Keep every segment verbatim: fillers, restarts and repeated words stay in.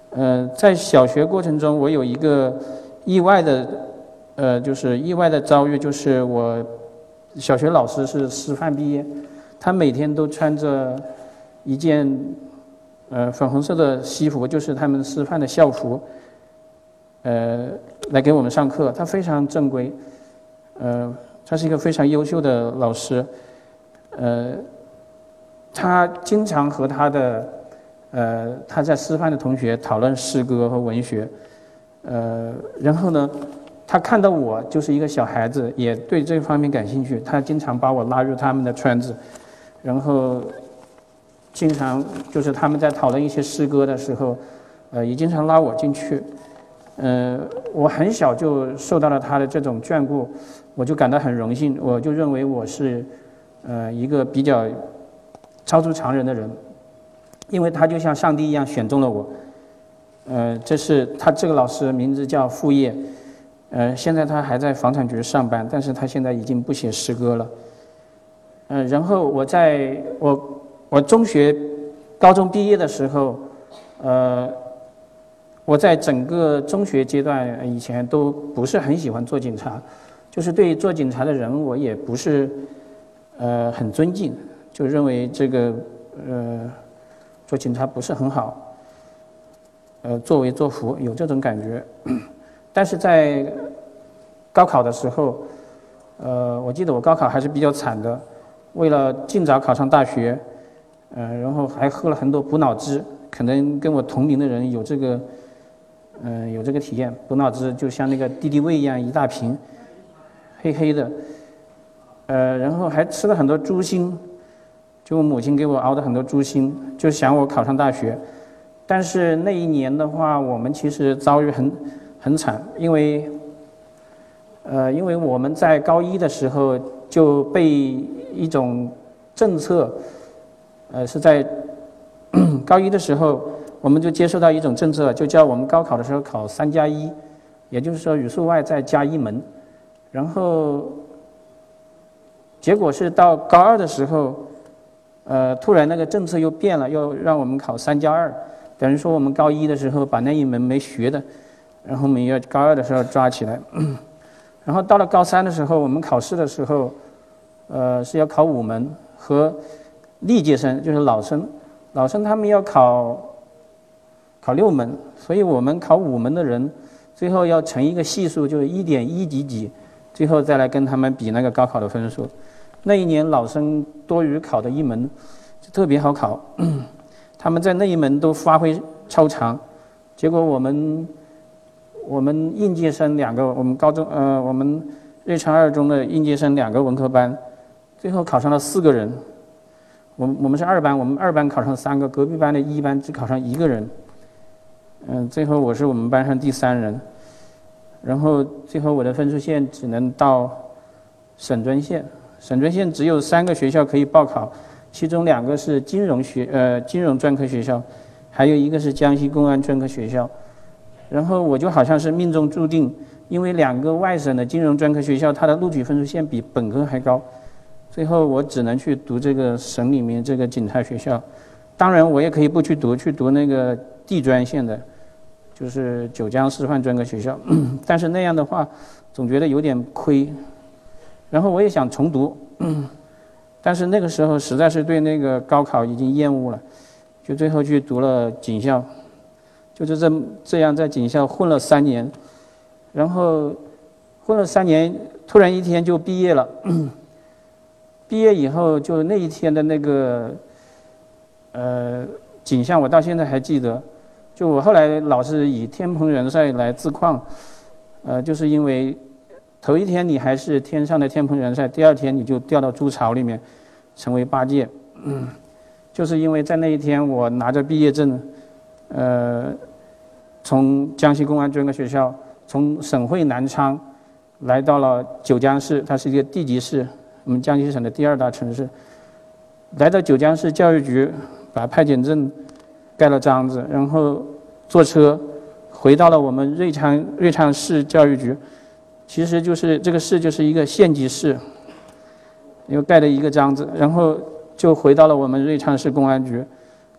呃，在小学过程中，我有一个意外的，呃，就是意外的遭遇，就是我小学老师是师范毕业，他每天都穿着一件呃粉红色的西服，就是他们师范的校服，呃，来给我们上课。他非常正规，呃，他是一个非常优秀的老师，呃，他经常和他的呃他在师范的同学讨论诗歌和文学，呃，然后呢，他看到我就是一个小孩子，也对这方面感兴趣，他经常把我拉入他们的圈子，然后经常就是他们在讨论一些诗歌的时候，呃，也经常拉我进去。呃，我很小就受到了他的这种眷顾，我就感到很荣幸，我就认为我是呃一个比较超出常人的人，因为他就像上帝一样选中了我。呃，这是他这个老师名字叫傅业，呃，现在他还在房产局上班，但是他现在已经不写诗歌了。呃，然后我在我我中学、高中毕业的时候，呃。我在整个中学阶段以前都不是很喜欢做警察，就是对做警察的人我也不是呃很尊敬，就认为这个呃做警察不是很好，呃作威作福有这种感觉。但是在高考的时候，呃我记得我高考还是比较惨的，为了尽早考上大学，呃然后还喝了很多补脑汁，可能跟我同龄的人有这个。嗯、呃，有这个体验，补脑汁就像那个敌敌畏一样，一大瓶，黑黑的，呃，然后还吃了很多猪心，就我母亲给我熬的很多猪心，就想我考上大学。但是那一年的话，我们其实遭遇很很惨，因为，呃，因为我们在高一的时候就被一种政策，呃，是在高一的时候。我们就接受到一种政策，就叫我们高考的时候考三加一，也就是说语数外再加一门。然后结果是到高二的时候，呃，突然那个政策又变了，又让我们考三加二，等于说我们高一的时候把那一门没学的，然后我们要高二的时候抓起来。然后到了高三的时候，我们考试的时候，呃，是要考五门和历届生，就是老生，老生他们要考。考六门，所以我们考五门的人，最后要乘一个系数，就是一点一几几，最后再来跟他们比那个高考的分数。那一年老生多余考的一门，就特别好考，他们在那一门都发挥超常，结果我们我们应届生两个，我们高中呃我们瑞昌二中的应届生两个文科班，最后考上了四个人。我们我们是二班，我们二班考上三个，隔壁班的一班只考上一个人。嗯，最后我是我们班上第三人，然后最后我的分数线只能到省专线，省专线只有三个学校可以报考，其中两个是金融学呃金融专科学校，还有一个是江西公安专科学校，然后我就好像是命中注定，因为两个外省的金融专科学校它的录取分数线比本科还高，最后我只能去读这个省里面这个警察学校，当然我也可以不去读，去读那个地专线的。就是九江师范专科学校，但是那样的话，总觉得有点亏。然后我也想重读，但是那个时候实在是对那个高考已经厌恶了，就最后去读了警校，就是这这样在警校混了三年，然后混了三年，突然一天就毕业了。毕业以后，就那一天的那个呃景象，我到现在还记得。就我后来老是以天蓬元帅来自况，呃，就是因为头一天你还是天上的天蓬元帅，第二天你就掉到猪槽里面，成为八戒。嗯，就是因为在那一天我拿着毕业证，呃，从江西公安专科学校，从省会南昌来到了九江市，它是一个地级市，我们江西省的第二大城市。来到九江市教育局，把派遣证盖了章子，然后坐车回到了我们瑞昌瑞昌市教育局，其实就是这个市就是一个县级市，又盖了一个章子，然后就回到了我们瑞昌市公安局。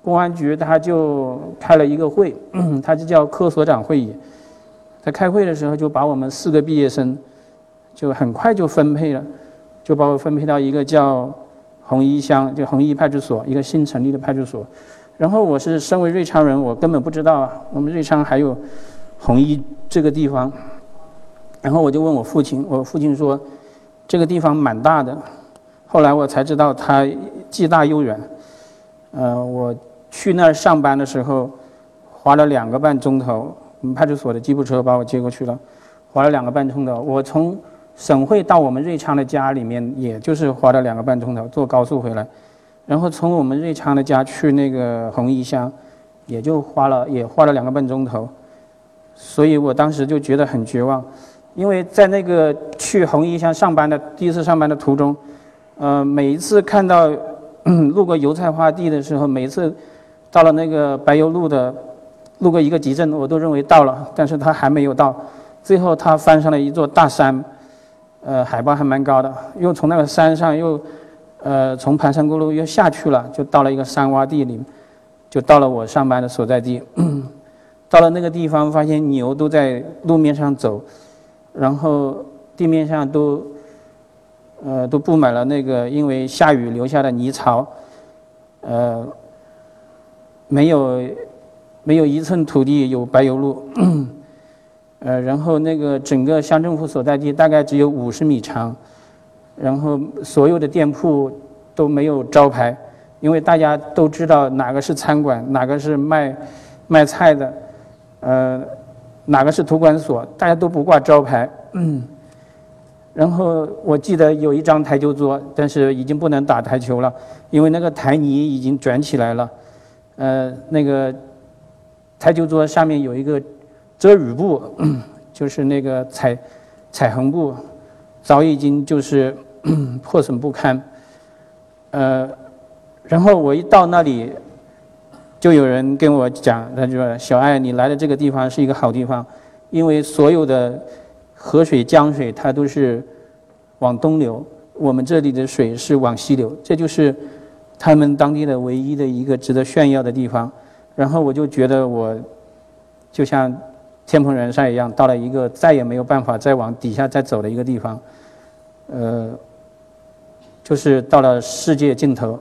公安局他就开了一个会，他就叫科所长会议。在开会的时候就把我们四个毕业生就很快就分配了，就把我分配到一个叫红一乡，就红一派出所，一个新成立的派出所。然后我是身为瑞昌人，我根本不知道我们瑞昌还有红一这个地方。然后我就问我父亲，我父亲说这个地方蛮大的。后来我才知道它既大又远。呃，我去那儿上班的时候花了两个半钟头，我们派出所的吉普车把我接过去了，花了两个半钟头。我从省会到我们瑞昌的家里面，也就是花了两个半钟头，坐高速回来。然后从我们瑞昌的家去那个红一乡，也就花了也花了两个半钟头。所以我当时就觉得很绝望，因为在那个去红一乡上班的第一次上班的途中，呃，每一次看到嗯路过油菜花地的时候，每一次到了那个白油路的路过一个集镇，我都认为到了，但是它还没有到。最后它翻上了一座大山，呃，海拔还蛮高的，又从那个山上又呃从盘山公路又下去了，就到了一个山洼地里，就到了我上班的所在地。到了那个地方，发现牛都在路面上走，然后地面上都呃都布满了那个因为下雨留下的泥槽，呃，没有没有一寸土地有柏油路。呃，然后那个整个乡政府所在地大概只有五十米长，然后所有的店铺都没有招牌，因为大家都知道哪个是餐馆，哪个是卖卖菜的，呃，哪个是托管所，大家都不挂招牌。嗯，然后我记得有一张台球桌，但是已经不能打台球了，因为那个台泥已经卷起来了。呃，那个台球桌上面有一个遮雨布，就是那个彩彩虹布，早已经就是破损不堪。呃，然后我一到那里，就有人跟我讲，他就说：“小艾，你来的这个地方是一个好地方，因为所有的河水、江水它都是往东流，我们这里的水是往西流，这就是他们当地的唯一的一个值得炫耀的地方。”然后我就觉得我就像天蓬元帅一样，到了一个再也没有办法再往底下再走的一个地方，呃，就是到了世界尽头，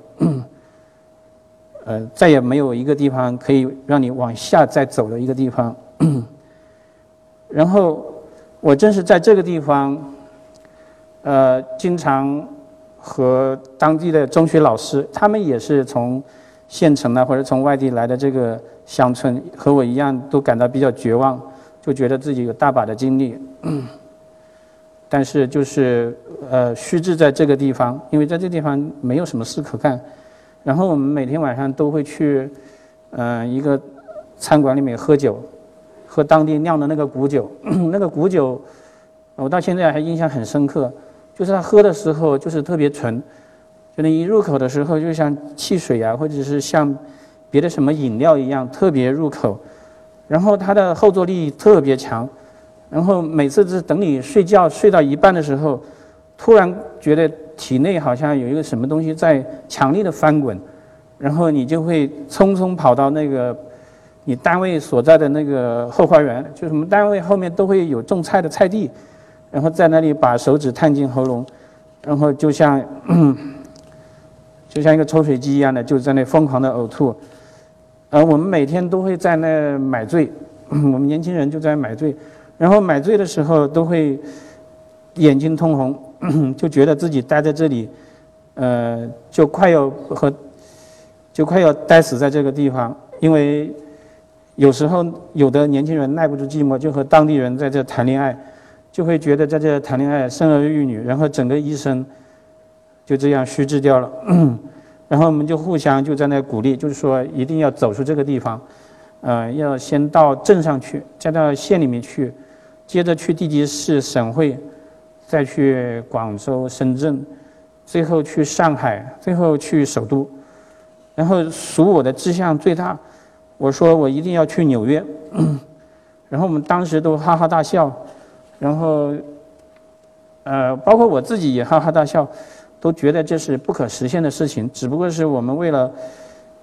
呃，再也没有一个地方可以让你往下再走的一个地方。然后我正是在这个地方，呃，经常和当地的中学老师，他们也是从县城啊或者从外地来的这个乡村，和我一样都感到比较绝望，就觉得自己有大把的精力，但是就是呃虚掷在这个地方，因为在这地方没有什么事可干。然后我们每天晚上都会去呃一个餐馆里面喝酒，喝当地酿的那个古酒。那个古酒我到现在还印象很深刻，就是他喝的时候就是特别纯，就你一入口的时候就像汽水啊，或者是像别的什么饮料一样特别入口，然后它的后坐力特别强，然后每次是等你睡觉睡到一半的时候，突然觉得体内好像有一个什么东西在强力的翻滚，然后你就会匆匆跑到那个你单位所在的那个后花园，就是我们单位后面都会有种菜的菜地，然后在那里把手指探进喉咙，然后就像就像一个抽水机一样的，就在那疯狂的呕吐。呃，我们每天都会在那买醉，我们年轻人就在买醉，然后买醉的时候都会眼睛通红，就觉得自己待在这里，呃，就快要和就快要待死在这个地方。因为有时候有的年轻人耐不住寂寞，就和当地人在这谈恋爱，就会觉得在这谈恋爱生儿育女，然后整个一生就这样虚掷掉了。然后我们就互相就在那鼓励，就是说一定要走出这个地方，呃，要先到镇上去，再到县里面去，接着去地级市、省会，再去广州、深圳，最后去上海，最后去首都。然后数我的志向最大，我说我一定要去纽约。然后我们当时都哈哈大笑，然后呃，包括我自己也哈哈大笑。都觉得这是不可实现的事情，只不过是我们为了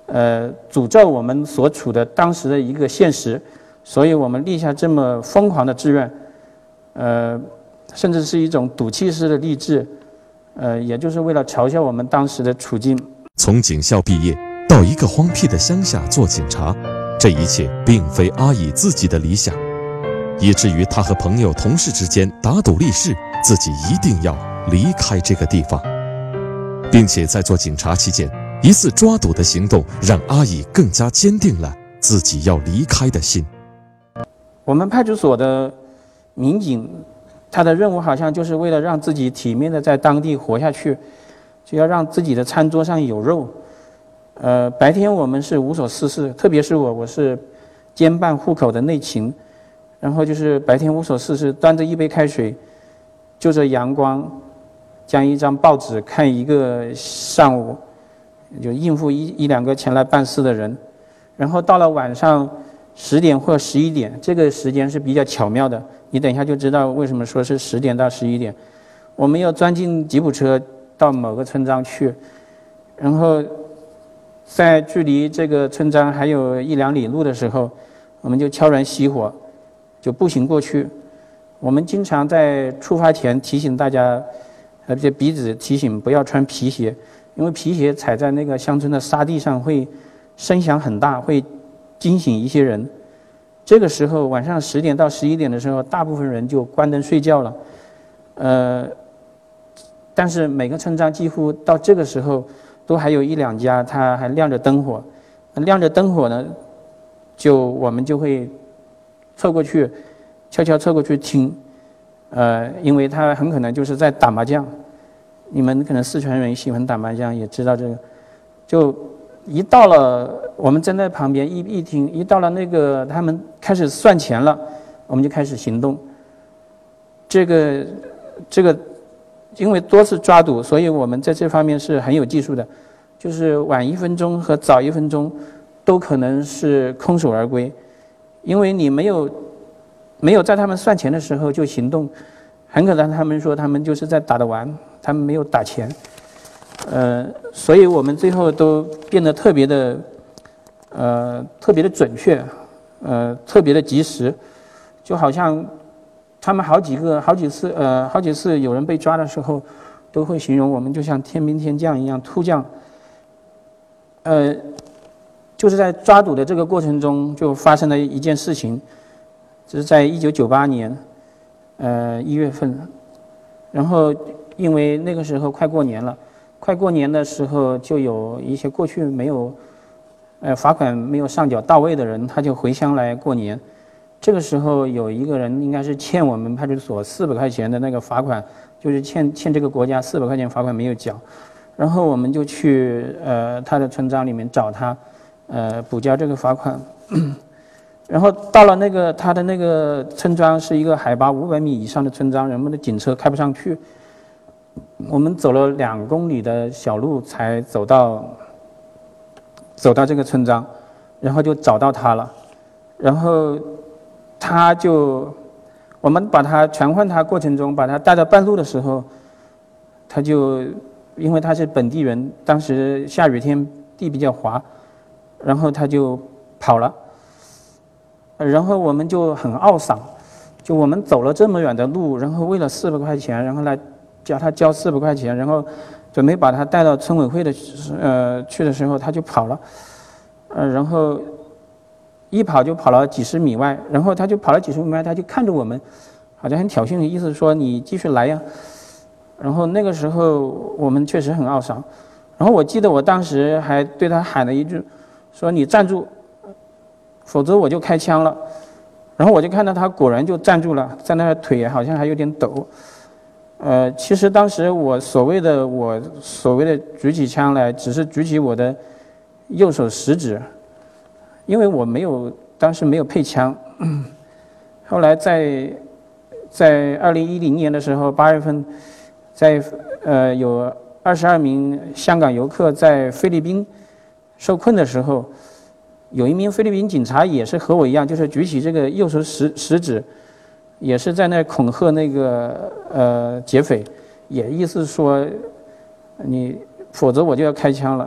呃，诅咒我们所处的当时的一个现实，所以我们立下这么疯狂的志愿，呃，甚至是一种赌气式的励志，呃，也就是为了嘲笑我们当时的处境。 从警校毕业到一个荒僻的乡下做警察，这一切并非阿乙自己的理想，以至于他和朋友同事之间打赌立誓，自己一定要离开这个地方，并且在做警察期间，一次抓赌的行动让阿乙更加坚定了自己要离开的心。 我们派出所的民警，他的任务好像就是为了让自己体面的在当地活下去，就要让自己的餐桌上有肉。呃，白天我们是无所事事，特别是我，我是兼办户口的内勤，然后就是白天无所事事，端着一杯开水，就着阳光，将一张报纸看一个上午，就应付一一两个前来办事的人，然后到了晚上十点或十一点，这个时间是比较巧妙的，你等一下就知道为什么说是十点到十一点。我们要钻进吉普车到某个村庄去，然后在距离这个村庄还有一两里路的时候，我们就悄然熄火，就步行过去。我们经常在出发前提醒大家，而且彼此提醒不要穿皮鞋，因为皮鞋踩在那个乡村的沙地上会声响很大，会惊醒一些人。这个时候晚上十点到十一点的时候，大部分人就关灯睡觉了。呃，但是每个村庄几乎到这个时候都还有一两家它还亮着灯火。亮着灯火呢，就我们就会凑过去，悄悄凑过去听。呃，因为他很可能就是在打麻将。你们可能四川人喜欢打麻将，也知道这个。就一到了，我们站在旁边一一听，一到了那个他们开始算钱了，我们就开始行动。这个这个，因为多次抓赌，所以我们在这方面是很有技术的，就是晚一分钟和早一分钟都可能是空手而归，因为你没有没有在他们算钱的时候就行动，很可能他们说他们就是在打得完，他们没有打钱。呃，所以我们最后都变得特别的，呃，特别的准确，呃，特别的及时，就好像他们好几个、好几次，呃，好几次有人被抓的时候，都会形容我们就像天兵天将一样突降。呃，就是在抓赌的这个过程中，就发生了一件事情，这是在一九九八年，呃，一月份，然后因为那个时候快过年了。快过年的时候，就有一些过去没有，呃，罚款没有上缴到位的人，他就回乡来过年。这个时候有一个人应该是欠我们派出所四百块钱的那个罚款，就是欠欠这个国家四百块钱罚款没有缴，然后我们就去呃他的村庄里面找他，呃补交这个罚款。然后到了那个他的那个村庄是一个海拔五百米以上的村庄，人们的警车开不上去。我们走了两公里的小路才走到走到这个村庄，然后就找到他了。然后他就我们把他传唤他过程中，把他带到半路的时候，他就因为他是本地人，当时下雨天地比较滑，然后他就跑了。然后我们就很懊丧，就我们走了这么远的路，然后为了四百块钱，然后来叫他交四百块钱，然后准备把他带到村委会的呃去的时候，他就跑了，呃，然后一跑就跑了几十米外，然后他就跑了几十米外，他就看着我们，好像很挑衅的意思，说你继续来呀。然后那个时候我们确实很懊丧，然后我记得我当时还对他喊了一句，说你站住，否则我就开枪了。然后我就看到他果然就站住了，在那腿好像还有点抖。呃，其实当时我所谓的我所谓的举起枪来，只是举起我的右手食指，因为我没有当时没有配枪。后来在在二零一零年的时候，八月份，在呃有二十二名香港游客在菲律宾受困的时候，有一名菲律宾警察也是和我一样，就是举起这个右手食食指。也是在那恐吓那个呃劫匪，也意思说你否则我就要开枪了。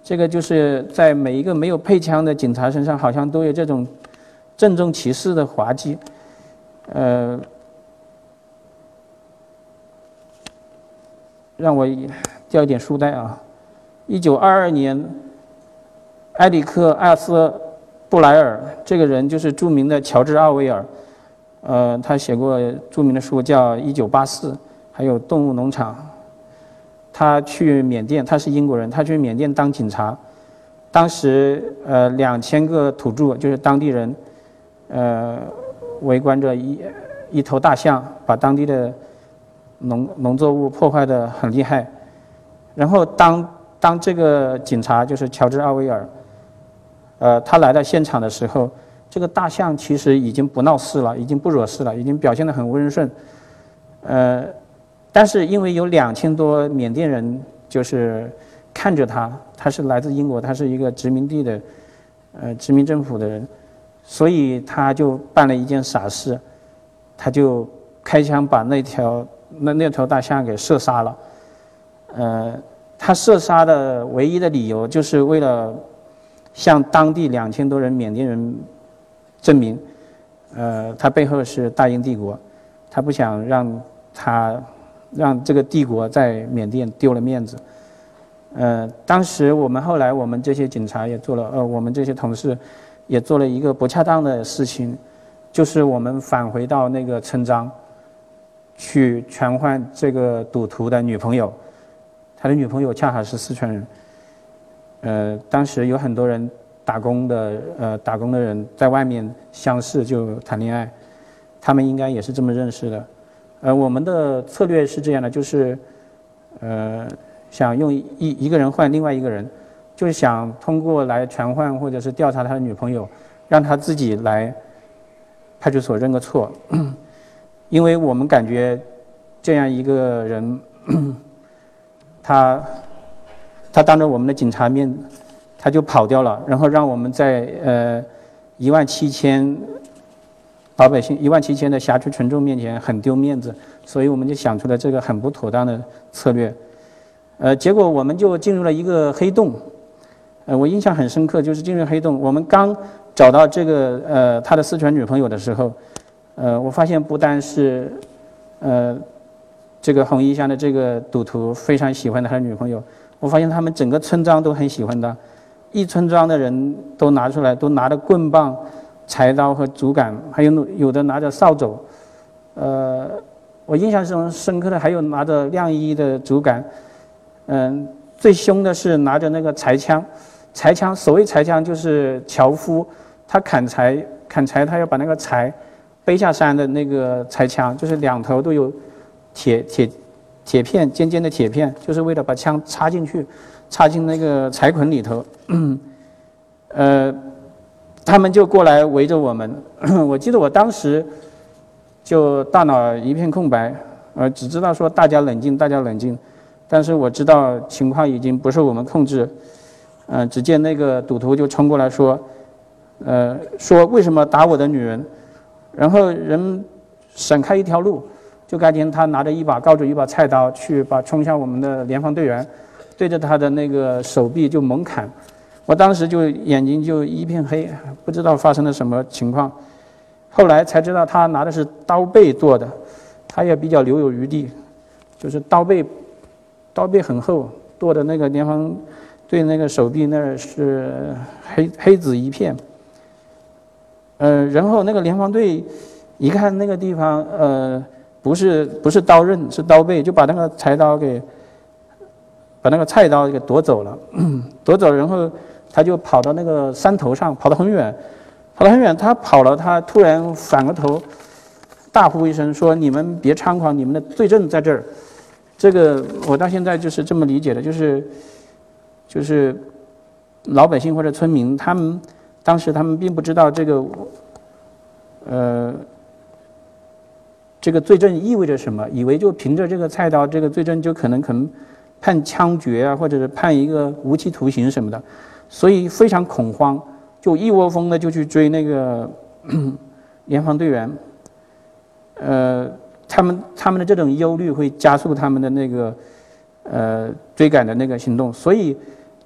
这个就是在每一个没有配枪的警察身上，好像都有这种郑重其事的滑稽。呃，让我掉一点书袋啊。一九二二年，埃里克·艾斯布莱尔这个人就是著名的乔治·奥威尔，呃，他写过著名的书叫《一九八四》，还有《动物农场》。他去缅甸，他是英国人，他去缅甸当警察。当时，呃，两千个土著，就是当地人，呃，围观着一一头大象，把当地的农农作物破坏得很厉害。然后当当这个警察就是乔治·奥威尔，呃，他来到现场的时候，这个大象其实已经不闹事了，已经不惹事了，已经表现得很温顺，呃。但是因为有两千多缅甸人就是看着他，他是来自英国，他是一个殖民地的，呃，殖民政府的人，所以他就办了一件傻事，他就开枪把那条那那头大象给射杀了。呃，他射杀的唯一的理由就是为了向当地两千多人缅甸人证明，呃，他背后是大英帝国，他不想让他。让这个帝国在缅甸丢了面子。呃，当时我们后来我们这些警察也做了，呃，我们这些同事也做了一个不恰当的事情，就是我们返回到那个村庄，去传唤这个赌徒的女朋友，他的女朋友恰好是四川人。呃，当时有很多人打工的，呃，打工的人在外面相识就谈恋爱，他们应该也是这么认识的。呃，我们的策略是这样的，就是，呃，想用一一个人换另外一个人，就是想通过来传唤或者是调查他的女朋友，让他自己来派出所认个错，因为我们感觉这样一个人，他他当着我们的警察面，他就跑掉了，然后让我们在呃一万七千。老百姓一万七千的辖区群众面前很丢面子，所以我们就想出了这个很不妥当的策略。呃，结果我们就进入了一个黑洞。呃，我印象很深刻，就是进入黑洞。我们刚找到这个呃他的四川女朋友的时候，呃，我发现不单是呃这个红衣乡的这个赌徒非常喜欢他的女朋友，我发现他们整个村庄都很喜欢他，一村庄的人都拿出来，都拿着棍棒、柴刀和竹竿，还有有的拿着扫帚，呃，我印象中深刻的还有拿着亮衣的竹竿，嗯、呃，最凶的是拿着那个柴枪，柴枪所谓柴枪就是樵夫，他砍柴砍柴他要把那个柴背下山的那个柴枪，就是两头都有铁铁铁片尖尖的铁片，就是为了把枪插进去，插进那个柴捆里头，呃。他们就过来围着我们，我记得我当时就大脑一片空白，呃，只知道说大家冷静，大家冷静，但是我知道情况已经不受我们控制，嗯、呃，只见那个赌徒就冲过来说，呃，说为什么打我的女人？然后人闪开一条路，就看见他拿着一把高着一把菜刀去把冲向我们的联防队员，对着他的那个手臂就猛砍。我当时就眼睛就一片黑，不知道发生了什么情况。后来才知道他拿的是刀背剁的，他也比较留有余地，就是刀背，刀背很厚，剁的那个联防队那个手臂那儿是黑黑紫一片。呃，然后那个联防队一看那个地方，呃，不是不是刀刃，是刀背，就把那个柴刀给把那个菜刀给夺走了，夺走，然后他就跑到那个山头上，跑得很远，跑得很远。他跑了，他突然反过头，大呼一声说：“你们别猖狂，你们的罪证在这儿。”这个我到现在就是这么理解的，就是就是老百姓或者村民，他们当时他们并不知道这个呃这个罪证意味着什么，以为就凭着这个菜刀，这个罪证就可能可能判枪决啊，或者是判一个无期徒刑什么的。所以非常恐慌，就一窝蜂的就去追那个联防队员。呃，他们他们的这种忧虑会加速他们的那个呃追赶的那个行动。所以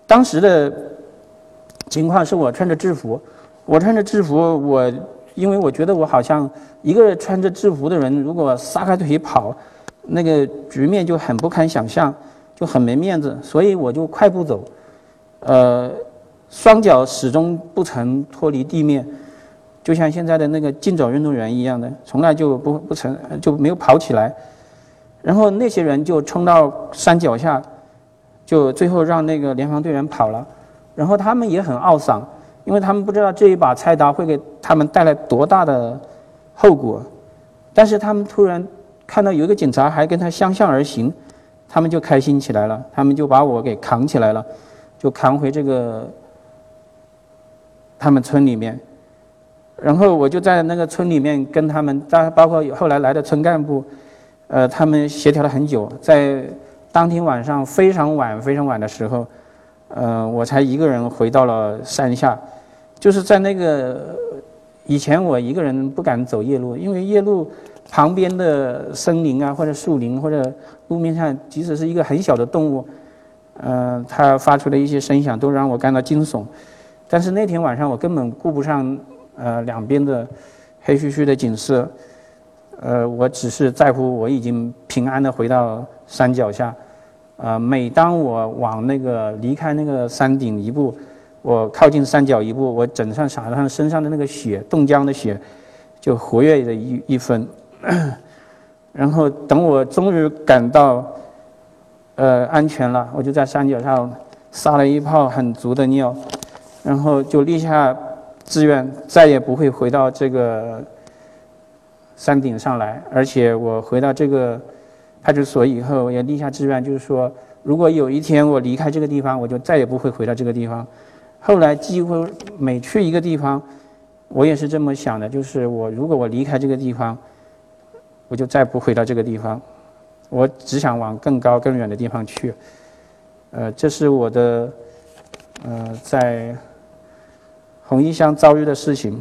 当时的情况是我穿着制服，我穿着制服，我因为我觉得我好像一个穿着制服的人，如果撒开腿跑，那个局面就很不堪想象，就很没面子，所以我就快步走，呃，双脚始终不曾脱离地面，就像现在的那个竞走运动员一样的，从来就不不曾就没有跑起来。然后那些人就冲到山脚下，就最后让那个联防队员跑了。然后他们也很懊丧，因为他们不知道这一把菜刀会给他们带来多大的后果。但是他们突然看到有一个警察还跟他相向而行，他们就开心起来了，他们就把我给扛起来了，就扛回这个他们村里面。然后我就在那个村里面跟他们，包括后来来的村干部，呃，他们协调了很久，在当天晚上非常晚非常晚的时候，呃，我才一个人回到了山下。就是在那个以前我一个人不敢走夜路，因为夜路旁边的森林啊，或者树林，或者路面上，即使是一个很小的动物，呃，它发出的一些声响都让我感到惊悚。但是那天晚上我根本顾不上呃两边的黑黢黢的景色。呃，我只是在乎我已经平安的回到山脚下。呃，每当我往那个离开那个山顶一步，我靠近山脚一步，我整上洒上身上的那个血，冻僵的血，就活跃了一一分。然后等我终于感到呃安全了，我就在山脚上撒了一泡很足的尿，然后就立下志愿，再也不会回到这个山顶上来。而且我回到这个派出所以后，也立下志愿，就是说，如果有一天我离开这个地方，我就再也不会回到这个地方。后来几乎每去一个地方，我也是这么想的，就是我如果我离开这个地方，我就再不回到这个地方，我只想往更高更远的地方去。呃，这是我的呃在红一乡遭遇的事情。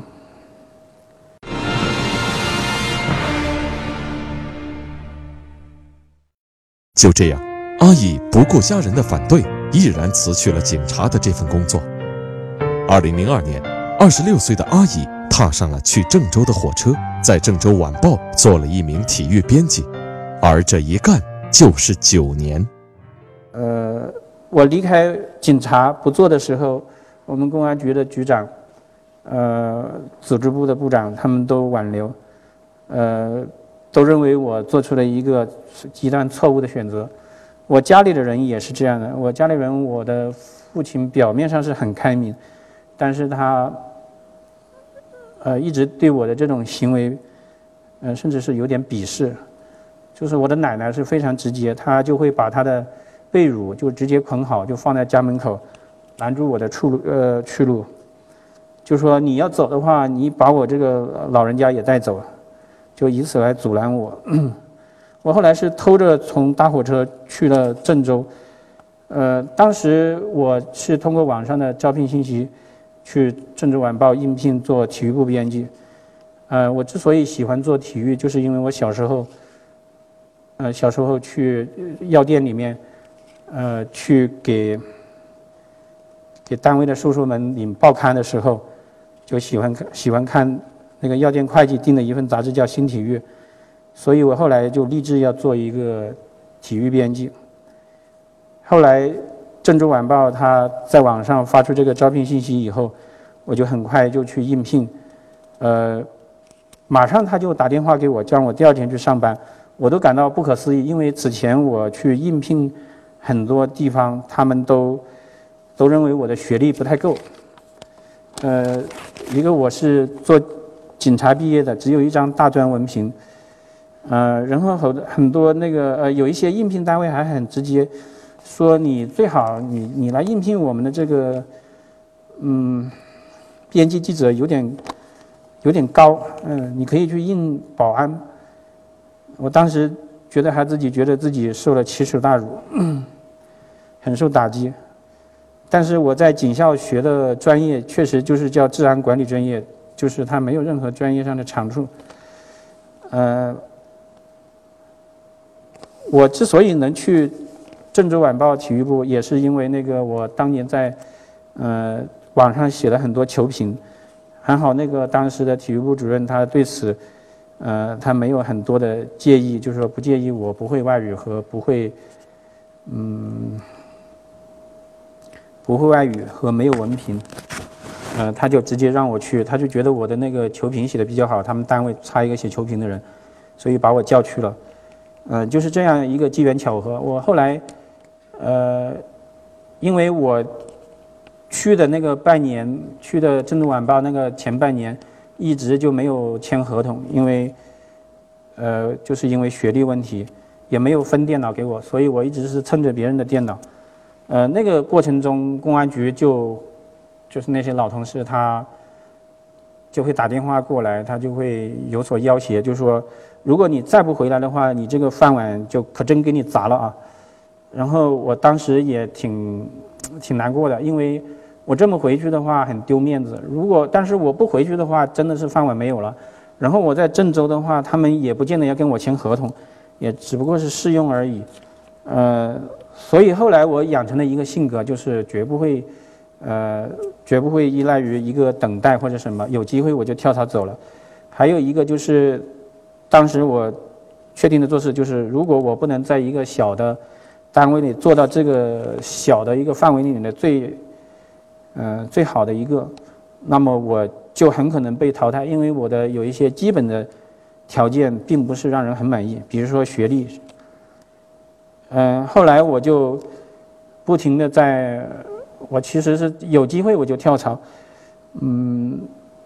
就这样，阿乙不顾家人的反对，毅然辞去了警察的这份工作。二零零二年，二十六岁的阿乙踏上了去郑州的火车，在郑州晚报做了一名体育编辑，而这一干就是九年。 呃，我离开警察不做的时候，我们公安局的局长，呃，组织部的部长，他们都挽留，呃。都认为我做出了一个极端错误的选择。我家里的人也是这样的。我家里人，我的父亲表面上是很开明，但是他呃一直对我的这种行为，呃甚至是有点鄙视。就是我的奶奶是非常直接，她就会把她的被褥就直接捆好，就放在家门口，拦住我的出路呃去路，就说你要走的话，你把我这个老人家也带走。就以此来阻拦我。我后来是偷着从搭火车去了郑州。呃，当时我是通过网上的招聘信息去郑州晚报应聘做体育部编辑。呃，我之所以喜欢做体育，就是因为我小时候，呃，小时候去药店里面，呃，去给给单位的叔叔们领报刊的时候，就喜欢看喜欢看。那个药店会计订的一份杂志叫《新体育》，所以我后来就立志要做一个体育编辑。后来郑州晚报他在网上发出这个招聘信息以后，我就很快就去应聘，呃，马上他就打电话给我，叫我第二天去上班，我都感到不可思议，因为此前我去应聘很多地方，他们都都认为我的学历不太够，呃，一个我是做警察毕业的，只有一张大专文凭，呃，然后很很多那个呃，有一些应聘单位还很直接，说你最好你你来应聘我们的这个，嗯，编辑记者有点有点高，嗯、呃，你可以去应保安。我当时觉得还自己觉得自己受了奇耻大辱，很受打击。但是我在警校学的专业确实就是叫治安管理专业。就是它没有任何专业上的长处。呃，我之所以能去郑州晚报体育部也是因为那个我当年在呃网上写了很多球评，还好那个当时的体育部主任他对此呃他没有很多的介意，就是说不介意我不会外语和不会嗯不会外语和没有文凭。呃，他就直接让我去，他就觉得我的那个球评写的比较好，他们单位差一个写球评的人，所以把我叫去了。呃，就是这样一个机缘巧合。我后来，呃，因为我去的那个半年，去的郑州晚报那个前半年，一直就没有签合同，因为，呃，就是因为学历问题，也没有分电脑给我，所以我一直是蹭着别人的电脑。呃，那个过程中，公安局就。就是那些老同事，他就会打电话过来，他就会有所要挟，就是说，如果你再不回来的话，你这个饭碗就可真给你砸了啊！然后我当时也挺挺难过的，因为我这么回去的话很丢面子。如果但是我不回去的话，真的是饭碗没有了。然后我在郑州的话，他们也不见得要跟我签合同，也只不过是试用而已。呃，所以后来我养成了一个性格，就是绝不会。呃，绝不会依赖于一个等待或者什么，有机会我就跳槽走了。还有一个就是，当时我确定的做事就是，如果我不能在一个小的单位里做到这个小的一个范围里面的最，呃，最好的一个，那么我就很可能被淘汰，因为我的有一些基本的条件并不是让人很满意，比如说学历。嗯、呃，后来我就不停的在。我其实是有机会我就跳槽，嗯，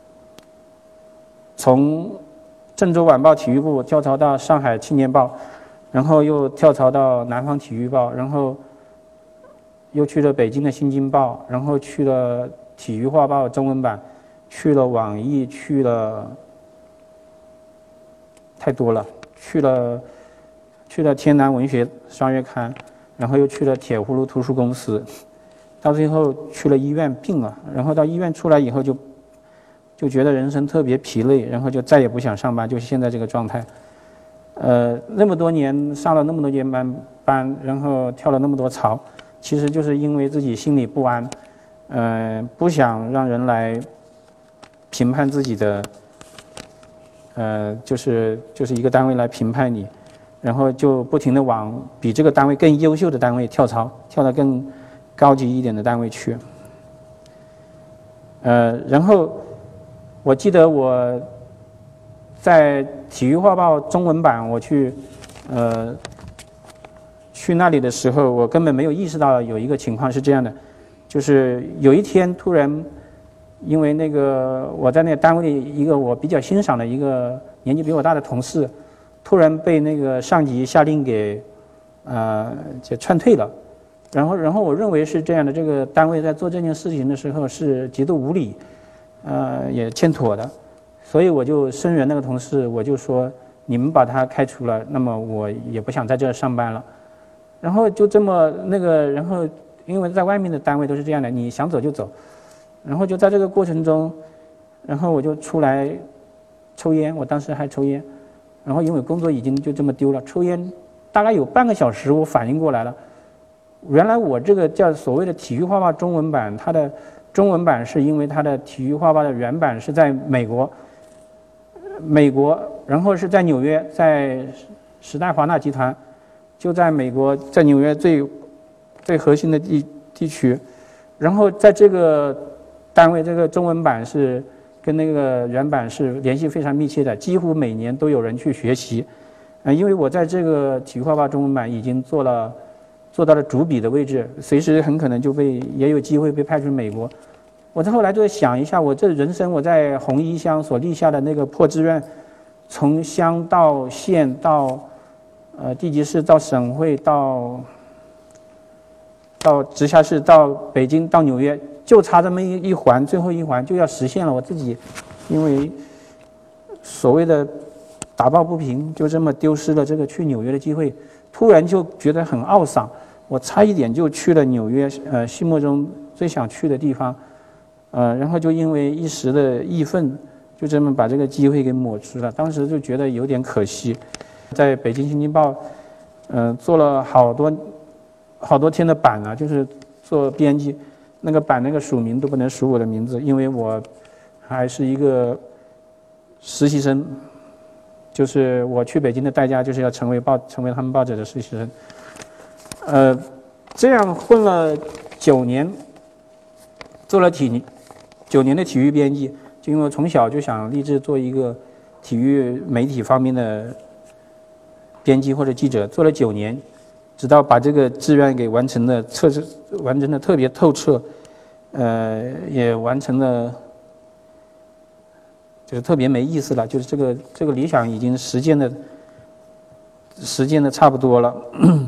从郑州晚报体育部跳槽到上海青年报，然后又跳槽到南方体育报，然后又去了北京的新京报，然后去了体育画报中文版，去了网易，去了太多了，去了去了天南文学双月刊，然后又去了铁葫芦图书公司。到最后去了医院病了，然后到医院出来以后就就觉得人生特别疲累，然后就再也不想上班，就是现在这个状态。呃，那么多年上了那么多年班班，然后跳了那么多槽，其实就是因为自己心里不安，呃，不想让人来评判自己的，呃，就是就是一个单位来评判你，然后就不停地往比这个单位更优秀的单位跳槽，跳得更高级一点的单位去，呃，然后我记得我在体育画报中文版我去，呃，去那里的时候，我根本没有意识到有一个情况是这样的，就是有一天突然，因为那个我在那个单位里一个我比较欣赏的一个年纪比我大的同事，突然被那个上级下令给，呃，就劝退了。然后，然后我认为是这样的，这个单位在做这件事情的时候是极度无理，呃，也欠妥的，所以我就声援那个同事，我就说你们把他开除了，那么我也不想在这儿上班了。然后就这么那个，然后因为在外面的单位都是这样的，你想走就走。然后就在这个过程中，然后我就出来抽烟，我当时还抽烟，然后因为工作已经就这么丢了，抽烟大概有半个小时，我反应过来了。原来我这个叫所谓的体育画报中文版，它的中文版是因为它的体育画报的原版是在美国，美国，然后是在纽约，在时代华纳集团，就在美国，在纽约最最核心的地地区，然后在这个单位，这个中文版是跟那个原版是联系非常密切的，几乎每年都有人去学习，呃，因为我在这个体育画报中文版已经做了。做到了主笔的位置，随时很可能就被也有机会被派去美国。我在后来就想一下，我这人生我在红一乡所立下的那个破志愿，从乡到县到呃地级市到省会到到直辖市到北京到纽约，就差这么一一环，最后一环就要实现了。我自己因为所谓的打抱不平，就这么丢失了这个去纽约的机会。突然就觉得很懊丧，我差一点就去了纽约，呃，心目中最想去的地方，呃，然后就因为一时的义愤，就这么把这个机会给抹去了。当时就觉得有点可惜。在北京新京报，嗯、呃，做了好多好多天的版啊，就是做编辑，那个版那个署名都不能署我的名字，因为我还是一个实习生，就是我去北京的代价就是要成为报成为他们报纸的实习生。呃，这样混了九年，做了体九年的体育编辑，就因为我从小就想立志做一个体育媒体方面的编辑或者记者，做了九年。直到把这个志愿给完成的彻彻完成的特别透彻，呃，也完成了，就是特别没意思了。就是这个这个理想已经实践的实践的差不多了。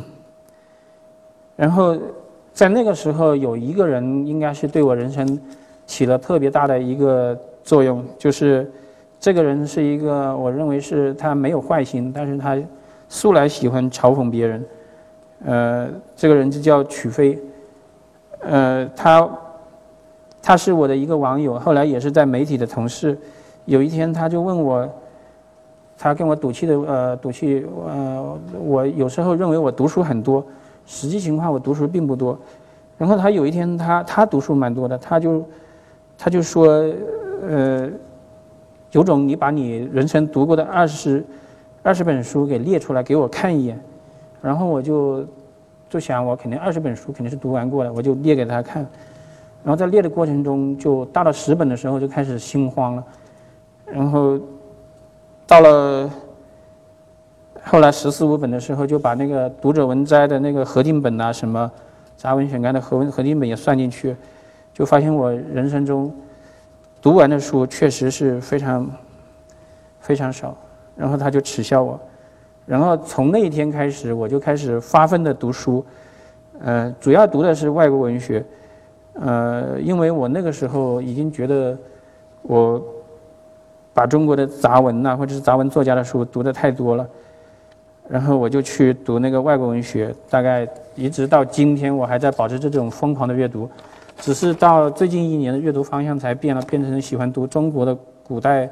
然后在那个时候，有一个人应该是对我人生起了特别大的一个作用，就是这个人是一个我认为是他没有坏心，但是他素来喜欢嘲讽别人。呃，这个人就叫曲飞，呃，他他是我的一个网友，后来也是在媒体的同事。有一天，他就问我，他跟我赌气的呃赌气呃，我有时候认为我读书很多，实际情况我读书并不多。然后他有一天他他读书蛮多的，他就他就说，呃，有种你把你人生读过的二十二十本书给列出来给我看一眼。然后我就就想，我肯定二十本书肯定是读完过的，我就列给他看。然后在列的过程中，就到了十本的时候就开始心慌了。然后到了后来十四五本的时候，就把那个读者文摘的那个合订本啊，什么杂文选刊的合文合订本也算进去，就发现我人生中读完的书确实是非常非常少。然后他就耻笑我。然后从那一天开始，我就开始发奋的读书，呃，主要读的是外国文学，呃，因为我那个时候已经觉得我把中国的杂文呐、啊，或者是杂文作家的书读得太多了，然后我就去读那个外国文学，大概一直到今天，我还在保持这种疯狂的阅读，只是到最近一年的阅读方向才变了，变成喜欢读中国的古代。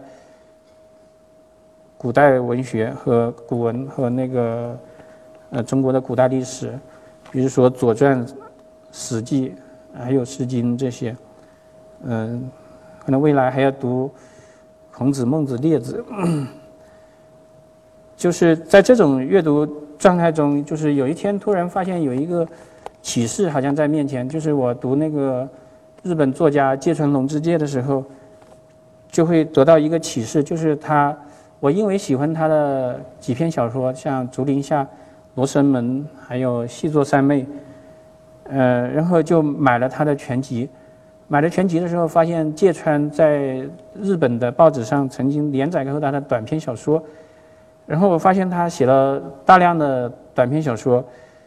古代文学和古文和那个呃中国的古代历史，比如说《左传》《史记》还有《诗经》这些，嗯、呃，可能未来还要读孔子、孟子、列子。就是在这种阅读状态中，就是有一天突然发现有一个启示好像在面前，就是我读那个日本作家芥川龙之介的时候，就会得到一个启示，就是他。我因为喜欢他的几篇小说，像《竹林下》《罗生门》还有《细作三昧》，呃，然后就买了他的全集。买了全集的时候，发现芥川在日本的报纸上曾经连载过他的短篇小说，然后我发现他写了大量的短篇小说，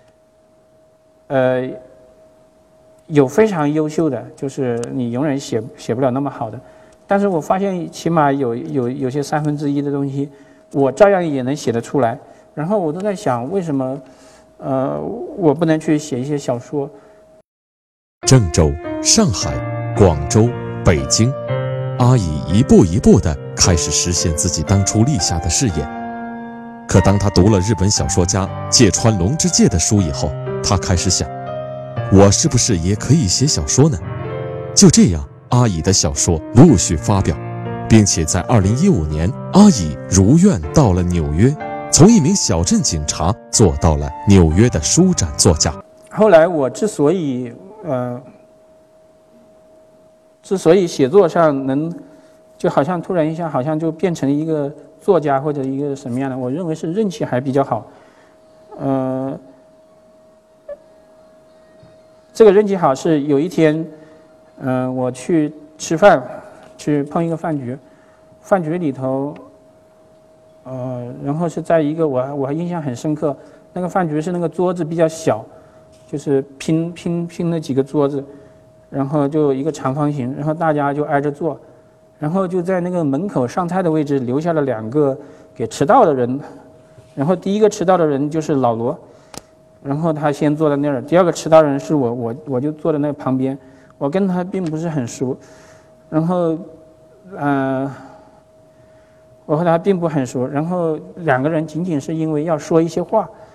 呃，有非常优秀的，就是你永远写写不了那么好的。但是我发现起码有有有些三分之一的东西，我照样也能写得出来。然后我都在想，为什么，呃，我不能去写一些小说？ 郑州、上海、广州、北京，阿乙一步一步地开始实现自己当初立下的誓言。可当他读了日本小说家芥川龙之介的书以后，他开始想，我是不是也可以写小说呢？就这样。阿乙的小说陆续发表，并且在二零一五年，阿乙如愿到了纽约，从一名小镇警察做到了纽约的书展作家。 后来我之所以呃，之所以写作上能，就好像突然一下好像就变成一个作家或者一个什么样的，我认为是运气还比较好。呃，这个运气好是有一天。嗯、呃，我去吃饭，去碰一个饭局，饭局里头，呃，然后是在一个我我还印象很深刻，那个饭局是那个桌子比较小，就是拼拼拼了几个桌子，然后就一个长方形，然后大家就挨着坐，然后就在那个门口上菜的位置留下了两个给迟到的人，然后第一个迟到的人就是老罗，然后他先坐在那儿，第二个迟到的人是我，我我就坐在那旁边。我跟他并不是很熟，然后，呃，我和他并不很熟，然后两个人仅仅是因为要说一些话，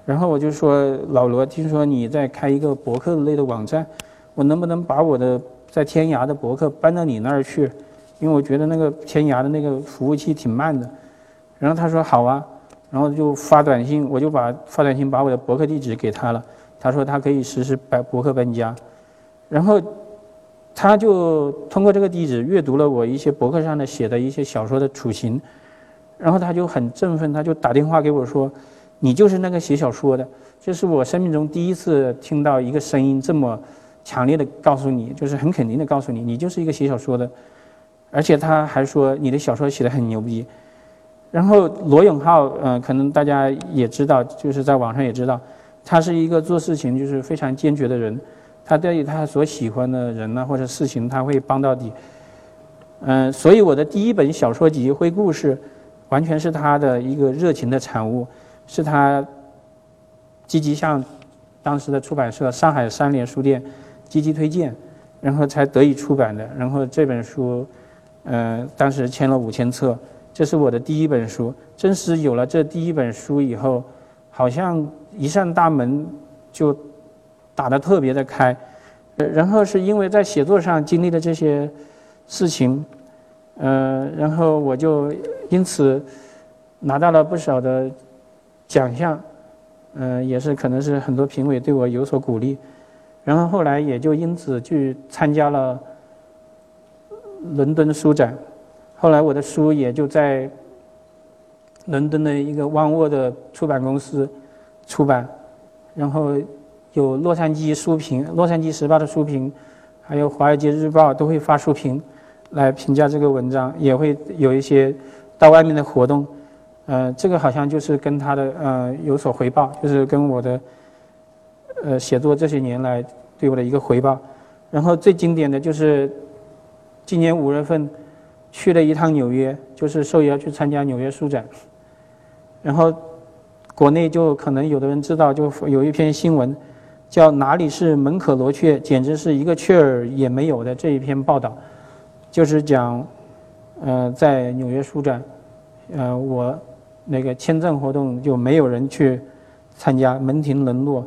然后我就说老罗，听说你在开一个博客类的网站，我能不能把我的在天涯的博客搬到你那儿去？因为我觉得那个天涯的那个服务器挺慢的。然后他说好啊，然后就发短信，我就把发短信把我的博客地址给他了。他说他可以实施把博客搬家，然后他就通过这个地址阅读了我一些博客上的写的一些小说的雏形，然后他就很振奋，他就打电话给我说。你就是那个写小说的，这是我生命中第一次听到一个声音这么强烈的告诉你，就是很肯定的告诉你，你就是一个写小说的，而且他还说你的小说写得很牛逼。然后罗永浩，呃，可能大家也知道，就是在网上也知道，他是一个做事情就是非常坚决的人，他对他所喜欢的人呢或者事情他会帮到底。嗯、呃，所以我的第一本小说集《灰故事》，完全是他的一个热情的产物。是他积极向当时的出版社上海三联书店积极推荐，然后才得以出版的。然后这本书，呃，当时签了五千册，这是我的第一本书。正是有了这第一本书以后，好像一扇大门就打得特别的开。然后是因为在写作上经历了这些事情，呃，然后我就因此拿到了不少的奖项，嗯、呃，也是可能是很多评委对我有所鼓励，然后后来也就因此去参加了伦敦书展，后来我的书也就在伦敦的一个汪沃的出版公司出版，然后有洛杉矶书评、洛杉矶时报的书评，还有华尔街日报都会发书评来评价这个文章，也会有一些到外面的活动。呃，这个好像就是跟他的呃有所回报，就是跟我的呃写作这些年来对我的一个回报。然后最经典的就是今年五月份去了一趟纽约，就是受邀去参加纽约书展。然后国内就可能有的人知道，就有一篇新闻叫哪里是门可罗雀，简直是一个雀儿也没有的这一篇报道，就是讲呃在纽约书展，呃我。那个签证活动就没有人去参加，门庭冷落。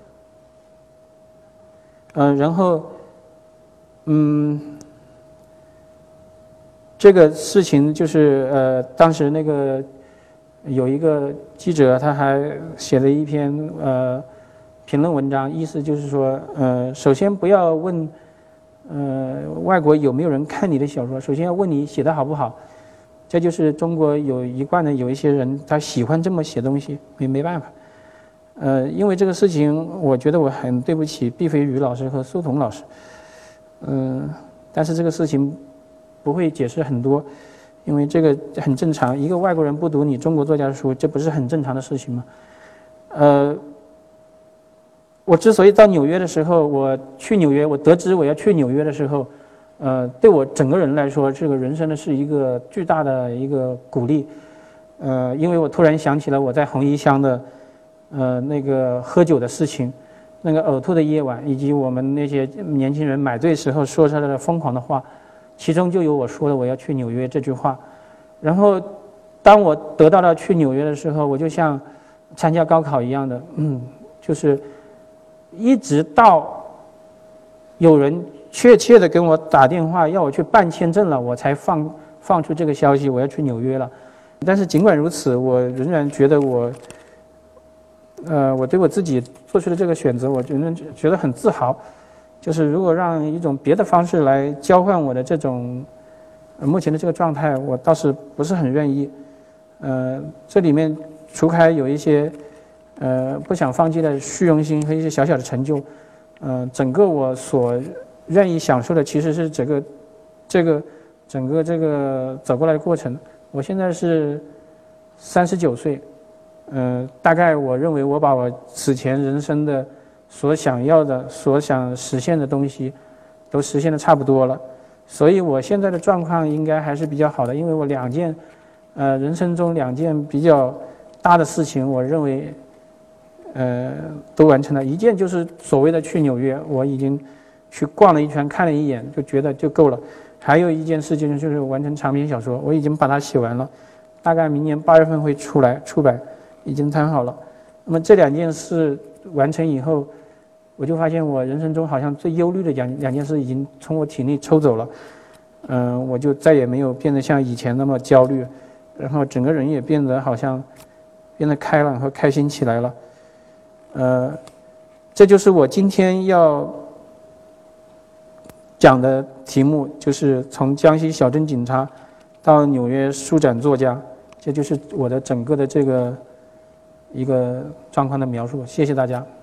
嗯、呃，然后，嗯，这个事情就是呃，当时那个有一个记者他还写了一篇呃评论文章，意思就是说，呃，首先不要问呃外国有没有人看你的小说，首先要问你写的好不好。这就是中国有一贯的有一些人他喜欢这么写东西，没没办法。呃，因为这个事情，我觉得我很对不起毕飞宇老师和苏童老师。嗯、呃，但是这个事情不会解释很多，因为这个很正常。一个外国人不读你中国作家的书，这不是很正常的事情吗？呃，我之所以到纽约的时候，我去纽约，我得知我要去纽约的时候。呃，对我整个人来说，这个人生的是一个巨大的一个鼓励。呃，因为我突然想起了我在红衣乡的，呃，那个喝酒的事情，那个呕吐的夜晚，以及我们那些年轻人买醉时候说出来的疯狂的话，其中就有我说的我要去纽约这句话。然后，当我得到了去纽约的时候，我就像参加高考一样的，嗯，就是一直到有人。确切的跟我打电话要我去办签证了，我才放放出这个消息，我要去纽约了。但是尽管如此，我仍然觉得我，呃，我对我自己做出的这个选择，我仍然觉得很自豪。就是如果让一种别的方式来交换我的这种、呃、目前的这个状态，我倒是不是很愿意。呃，这里面除开有一些呃不想放弃的虚荣心和一些小小的成就，呃，整个我所愿意享受的其实是整个这个整个这个走过来的过程。我现在是三十九岁，呃，大概我认为我把我此前人生的所想要的、所想实现的东西都实现的差不多了，所以我现在的状况应该还是比较好的，因为我两件，呃，人生中两件比较大的事情，我认为，呃，都完成了。一件就是所谓的去纽约，我已经去逛了一圈，看了一眼，就觉得就够了。还有一件事情就是完成长篇小说，我已经把它写完了，大概明年八月份会出来出版，已经谈好了。 那么这两件事完成以后，我就发现我人生中好像最忧虑的两两件事已经从我体内抽走了。嗯、呃，我就再也没有变得像以前那么焦虑，然后整个人也变得好像变得开朗和开心起来了。呃，这就是我今天要讲的题目，就是从江西小镇警察到纽约书展作家，这就是我的整个的这个一个状况的描述。谢谢大家。